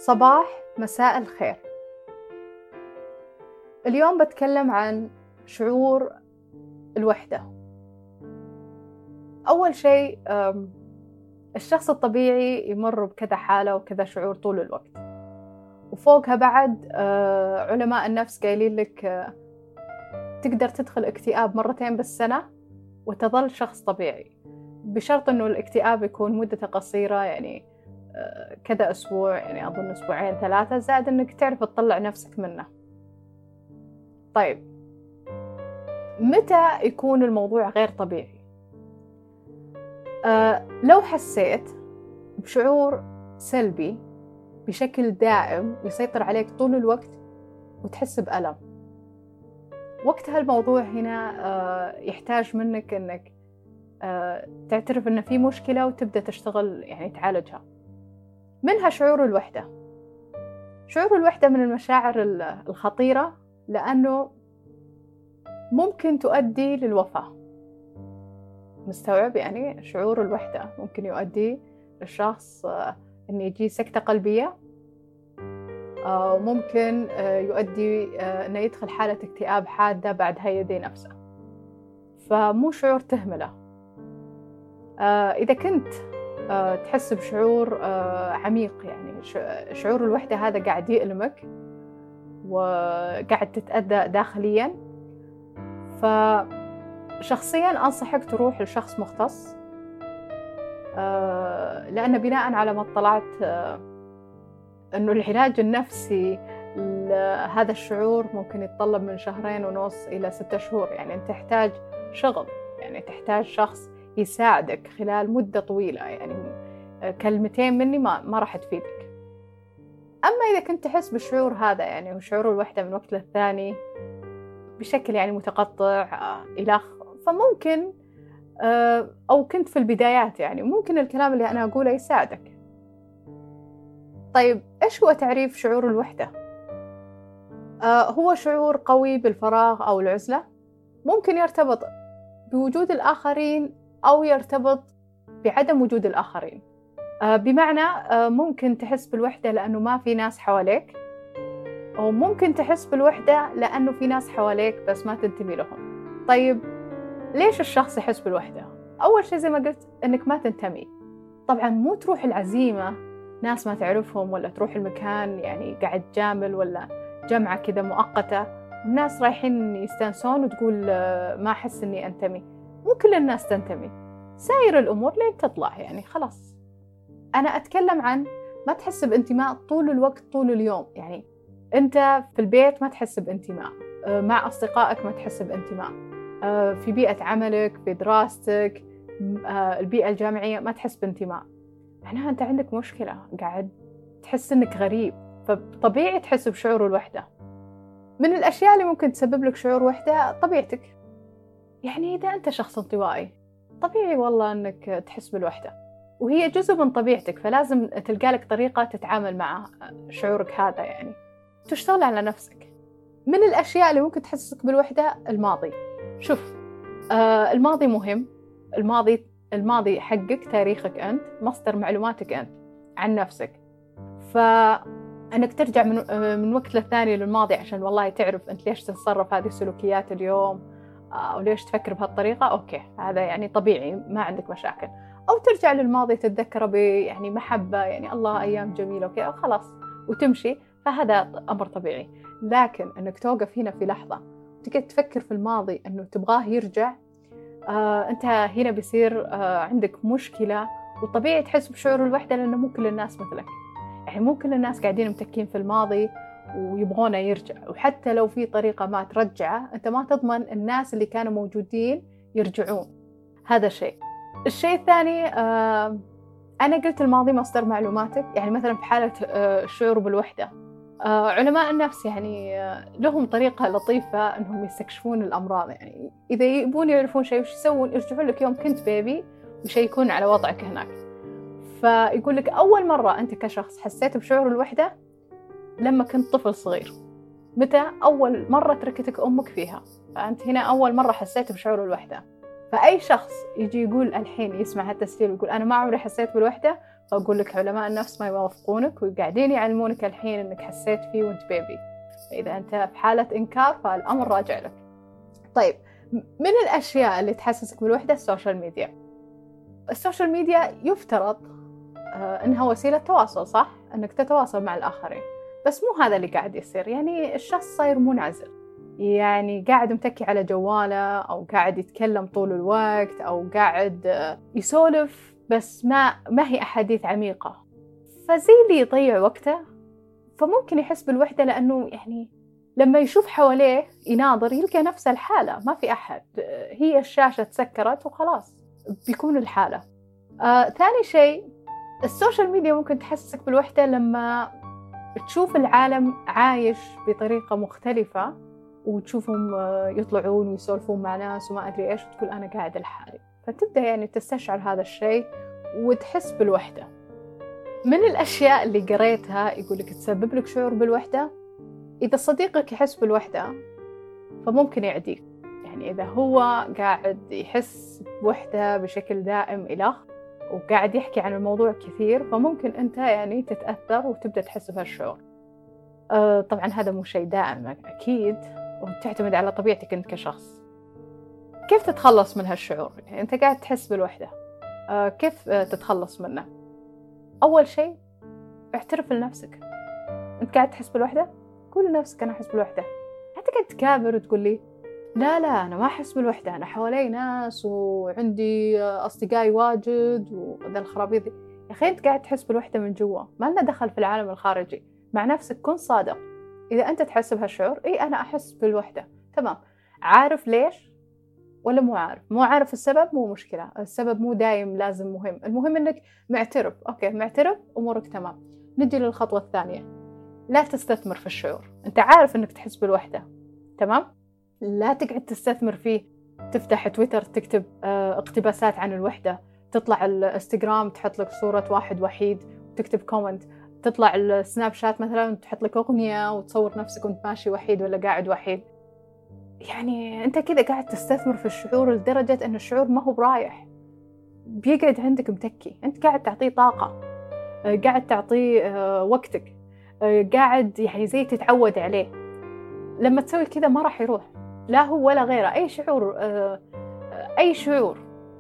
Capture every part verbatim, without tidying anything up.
صباح مساء الخير. اليوم بتكلم عن شعور الوحدة. أول شيء الشخص الطبيعي يمر بكذا حالة وكذا شعور طول الوقت، وفوقها بعد علماء النفس قايلين لك تقدر تدخل اكتئاب مرتين بالسنة وتظل شخص طبيعي، بشرط أنه الاكتئاب يكون مدته قصيرة، يعني كذا أسبوع، يعني أظن أسبوعين ثلاثة، زائد أنك تعرف تطلع نفسك منه. طيب، متى يكون الموضوع غير طبيعي؟ أه لو حسيت بشعور سلبي بشكل دائم يسيطر عليك طول الوقت وتحس بألم، وقتها الموضوع هنا أه يحتاج منك أنك أه تعترف أن في مشكلة وتبدأ تشتغل، يعني تعالجها. منها شعور الوحدة. شعور الوحدة من المشاعر الخطيرة، لأنه ممكن تؤدي للوفاة. مستوعب؟ يعني شعور الوحدة ممكن يؤدي للشخص أن يجي سكتة قلبية، وممكن يؤدي أنه يدخل حالة اكتئاب حادة بعدها يدي نفسه. فمو شعور تهمله. إذا كنت تحس بشعور عميق، يعني شعور الوحدة هذا قاعد يألمك وقاعد تتأذى داخليا، فشخصيا أنصحك تروح لشخص مختص، لأن بناء على ما اطلعت أنه العلاج النفسي لهذا الشعور ممكن يتطلب من شهرين ونص إلى ستة شهور. يعني أنت تحتاج شغل، يعني تحتاج شخص يساعدك خلال مدة طويلة، يعني كلمتين مني ما, ما راح تفيدك. أما إذا كنت تحس بالشعور هذا، يعني وشعور الوحدة من وقت للثاني بشكل يعني متقطع إلخ، فممكن أو كنت في البدايات، يعني ممكن الكلام اللي أنا أقوله يساعدك. طيب، إيش هو تعريف شعور الوحدة؟ هو شعور قوي بالفراغ أو العزلة، ممكن يرتبط بوجود الآخرين أو يرتبط بعدم وجود الآخرين. بمعنى ممكن تحس بالوحدة لأنه ما في ناس حواليك، أو ممكن تحس بالوحدة لأنه في ناس حواليك بس ما تنتمي لهم. طيب، ليش الشخص يحس بالوحدة؟ أول شيء زي ما قلت إنك ما تنتمي. طبعا مو تروح العزيمة ناس ما تعرفهم، ولا تروح المكان يعني قاعد جامل ولا جمعة كذا مؤقتة والناس رايحين يستانسون وتقول ما أحس إني أنتمي. مو كل الناس تنتمي، ساير الأمور لين تطلع، يعني خلاص. أنا أتكلم عن ما تحس بانتماء طول الوقت طول اليوم. يعني أنت في البيت ما تحس بانتماء، مع أصدقائك ما تحس بانتماء، في بيئة عملك، في دراستك، البيئة الجامعية ما تحس بانتماء، معناها أنت عندك مشكلة، قاعد تحس إنك غريب. فطبيعي تحس بشعور الوحدة. من الأشياء اللي ممكن تسبب لك شعور وحدة طبيعتك. يعني إذا أنت شخص انطوائي، طبيعي والله أنك تحس بالوحدة، وهي جزء من طبيعتك، فلازم تلقى لك طريقة تتعامل مع شعورك هذا، يعني تشتغل على نفسك. من الأشياء اللي ممكن تحسسك بالوحدة الماضي. شوف، آه الماضي مهم. الماضي الماضي حقك، تاريخك أنت، مصدر معلوماتك أنت عن نفسك. فأنك ترجع من, آه من وقت للثاني للماضي عشان والله تعرف أنت ليش تتصرف هذه السلوكيات اليوم، أو ليش تفكر بهالطريقة، أوكي، هذا يعني طبيعي، ما عندك مشاكل. أو ترجع للماضي تتذكره ب يعني محبة، يعني الله أيام جميلة وكذا، خلاص وتمشي، فهذا أمر طبيعي. لكن أنك توقف هنا في لحظة وتقعد تفكر في الماضي أنه تبغاه يرجع، آه أنت هنا بيصير آه عندك مشكلة. وطبيعي تحس بشعور الوحدة، لأنه مو كل الناس مثلك، يعني مو كل الناس قاعدين متكين في الماضي ويبغونه يرجع. وحتى لو في طريقة ما ترجعه، أنت ما تضمن الناس اللي كانوا موجودين يرجعون. هذا شيء. الشيء الثاني، آه أنا قلت الماضي مصدر معلوماتك. يعني مثلا في حالة آه الشعور بالوحدة، آه علماء النفس يعني آه لهم طريقة لطيفة أنهم يستكشفون الأمراض. يعني إذا يبون يعرفون شيء وش يسوون، يرجعون لك يوم كنت بيبي ويشيكون على وضعك هناك. فيقول لك أول مرة أنت كشخص حسيت بشعور الوحدة لما كنت طفل صغير. متى؟ أول مرة تركتك أمك فيها، فأنت هنا أول مرة حسيت بشعور الوحدة. فأي شخص يجي يقول الحين يسمع هالتسجيل ويقول أنا ما عمري حسيت بالوحدة، فأقول لك علماء النفس ما يوافقونك وقاعدين يعلمونك الحين إنك حسيت فيه وأنت بيبي. إذا أنت في حالة إنكار فالأمر راجع لك. طيب، من الأشياء اللي تحسسك بالوحدة السوشيال ميديا. السوشيال ميديا يفترض إنها وسيلة تواصل، صح؟ إنك تتواصل مع الآخرين، بس مو هذا اللي قاعد يصير. يعني الشخص صاير منعزل، يعني قاعد متكي على جواله أو قاعد يتكلم طول الوقت أو قاعد يسولف، بس ما ما هي أحاديث عميقة، فزي اللي يضيع وقته. فممكن يحس بالوحدة لأنه يعني لما يشوف حواليه يناظر يلقى نفس الحالة، ما في أحد، هي الشاشة تسكرت وخلاص بيكون الحالة. آه، ثاني شيء، السوشيال ميديا ممكن تحسسك بالوحدة لما تشوف العالم عايش بطريقة مختلفة وتشوفهم يطلعون ويسولفون مع ناس وما أدري إيش، وتقول أنا قاعد لحالي، فتبدأ يعني تستشعر هذا الشيء وتحس بالوحدة. من الأشياء اللي قريتها يقولك تسبب لك شعور بالوحدة، إذا صديقك يحس بالوحدة فممكن يعديك. يعني إذا هو قاعد يحس بوحدة بشكل دائم إلخ وقاعد يحكي عن الموضوع كثير، فممكن أنت يعني تتأثر وتبدأ تحس بهالشعور. أه طبعا هذا مو شيء دائم أكيد، وتعتمد على طبيعتك أنت كشخص. كيف تتخلص من هالشعور؟ يعني أنت قاعد تحس بالوحدة، أه كيف تتخلص منه؟ أول شيء اعترف لنفسك أنت قاعد تحس بالوحدة. قول لنفسك أنا أحس بالوحدة. حتى قاعد تكابر وتقول لي لا لا أنا ما أحس بالوحدة، أنا حوالي ناس وعندي أصدقائي واجد وذا الخرابيط. يا أخي أنت قاعد تحس بالوحدة من جوا، ما لنا دخل في العالم الخارجي. مع نفسك كن صادق. إذا أنت تحس بهالشعور، إيه أنا أحس بالوحدة، تمام. عارف ليش ولا مو عارف؟ مو عارف السبب مو مشكلة، السبب مو دايم لازم مهم، المهم إنك معترف. أوكي معترف، أمورك تمام. نجي للخطوة الثانية، لا تستثمر في الشعور. أنت عارف إنك تحس بالوحدة، تمام؟ لا تقعد تستثمر فيه، تفتح تويتر تكتب اه اقتباسات عن الوحدة، تطلع الانستغرام تحط لك صورة واحد وحيد وتكتب كومنت، تطلع السناب شات مثلا تحط لك أغنية وتصور نفسك وانت ماشي وحيد ولا قاعد وحيد. يعني أنت كذا قاعد تستثمر في الشعور لدرجة أن الشعور ما هو برايح، بيقعد عندك متكي. أنت قاعد تعطيه طاقة، قاعد تعطيه اه وقتك، اه قاعد يعني زي تتعود عليه. لما تسوي كذا ما راح يروح، لا هو ولا غيره. أي شعور اه أي شعور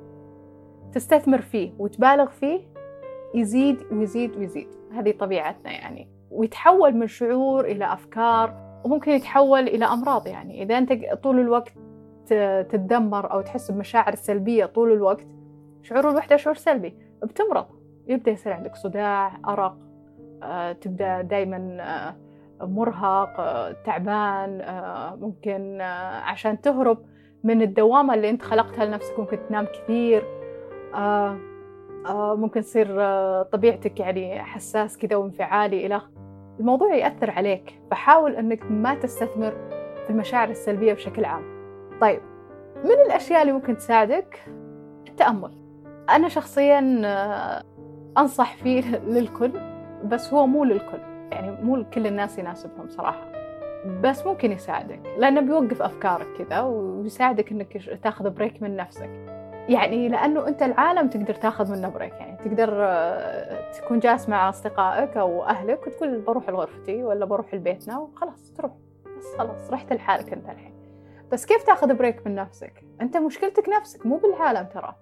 تستثمر فيه وتبالغ فيه يزيد ويزيد ويزيد. هذه طبيعتنا يعني، ويتحول من شعور إلى أفكار، وممكن يتحول إلى أمراض. يعني إذا أنت طول الوقت تتدمر أو تحس بمشاعر سلبية طول الوقت، شعور الوحدة شعور سلبي، بتمرض، يبدأ يصير عندك صداع، أرق، آه، تبدأ دايما آه، مرهق، آه، تعبان، آه، ممكن آه، عشان تهرب من الدوامة اللي أنت خلقتها لنفسك ممكن تنام كثير، آه، آه، ممكن تصير آه، طبيعتك يعني حساس كذا وانفعالي إلى الموضوع يأثر عليك. فحاول أنك ما تستثمر في المشاعر السلبية بشكل عام. طيب، من الأشياء اللي ممكن تساعدك التأمل. أنا شخصياً آه، أنصح فيه للكل، بس هو مو للكل، يعني مو لكل الناس يناسبهم صراحة، بس ممكن يساعدك لأنه بيوقف أفكارك كذا ويساعدك أنك تاخذ بريك من نفسك. يعني لأنه أنت العالم تقدر تاخذ منه بريك، يعني تقدر تكون جالس مع أصدقائك أو أهلك وتقول بروح لغرفتي ولا بروح لبيتنا وخلاص تروح، بس خلاص رحت لحالك أنت الحين. بس كيف تاخذ بريك من نفسك؟ أنت مشكلتك نفسك مو بالعالم. ترى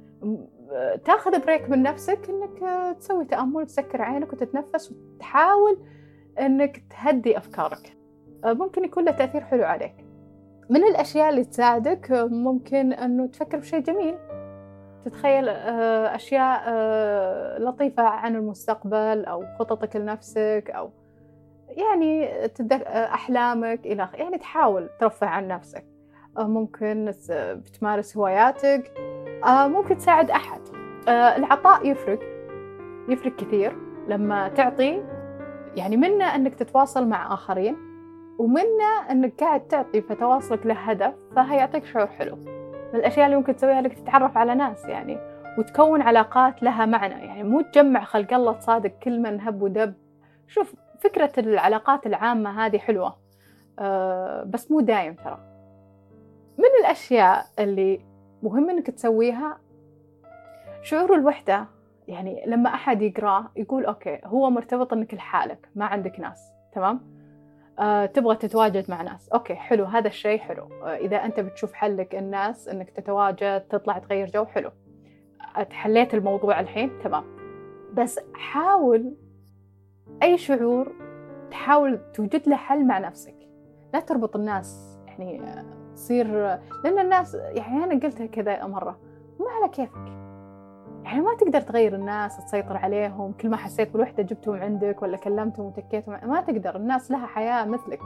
تاخذ بريك من نفسك إنك تسوي تأمل، تسكر عينك وتتنفس وتحاول إنك تهدي أفكارك، ممكن يكون له تأثير حلو عليك. من الأشياء اللي تساعدك ممكن أنه تفكر بشيء جميل، تتخيل أشياء لطيفة عن المستقبل أو خططك لنفسك، أو يعني أحلامك إلى يعني تحاول ترفع عن نفسك. ممكن بتمارس هواياتك، ممكن تساعد أحد. العطاء يفرق يفرق كثير لما تعطي، يعني منه أنك تتواصل مع آخرين، ومنه أنك قاعد تعطي فتواصلك له هدف، فهيعطيك شعور حلو. من الأشياء اللي ممكن تسويها لك تتعرف على ناس يعني وتكون علاقات لها معنى، يعني مو تجمع خلق الله تصادق كل من هب ودب. شوف، فكرة العلاقات العامة هذه حلوة، أه بس مو دايم ترى. من الأشياء اللي مهم إنك تسويها. شعور الوحدة يعني لما أحد يقرأ يقول أوكي هو مرتبط إنك لحالك ما عندك ناس، تمام؟ أه تبغى تتواجد مع ناس، أوكي حلو، هذا الشيء حلو. أه إذا أنت بتشوف حلك الناس إنك تتواجد تطلع تغير جو، حلو، حليت الموضوع الحين، تمام. بس حاول أي شعور تحاول توجد له حل مع نفسك، لا تربط الناس. يعني تصير، لأن الناس يعني أنا قلتها كذا مرة، ما على كيفك، يعني ما تقدر تغير الناس تسيطر عليهم. كل ما حسيت بالوحدة جبتهم عندك ولا كلمتهم وتكيتهم، ما تقدر. الناس لها حياة مثلك.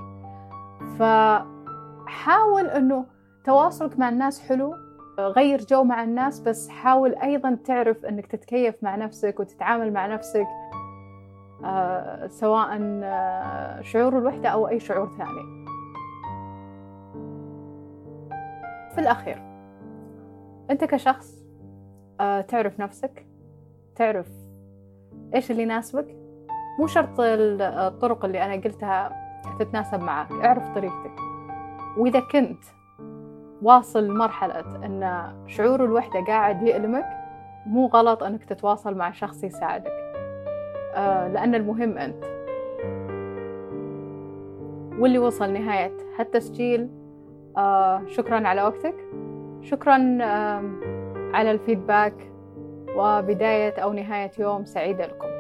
فحاول أنه تواصلك مع الناس حلو، غير جو مع الناس، بس حاول أيضا تعرف أنك تتكيف مع نفسك وتتعامل مع نفسك، آه سواء آه شعور الوحدة أو أي شعور ثاني. في الأخير أنت كشخص آه تعرف نفسك، تعرف إيش اللي يناسبك. مو شرط الطرق اللي أنا قلتها تتناسب معك، اعرف طريقتك. وإذا كنت واصل مرحلة أن شعور الوحدة قاعد يألمك، مو غلط أنك تتواصل مع شخص يساعدك، آه لأن المهم أنت. واللي وصل نهاية هالتسجيل، آه شكرا على وقتك، شكرا آه على الفيدباك، وبداية أو نهاية يوم سعيدة لكم.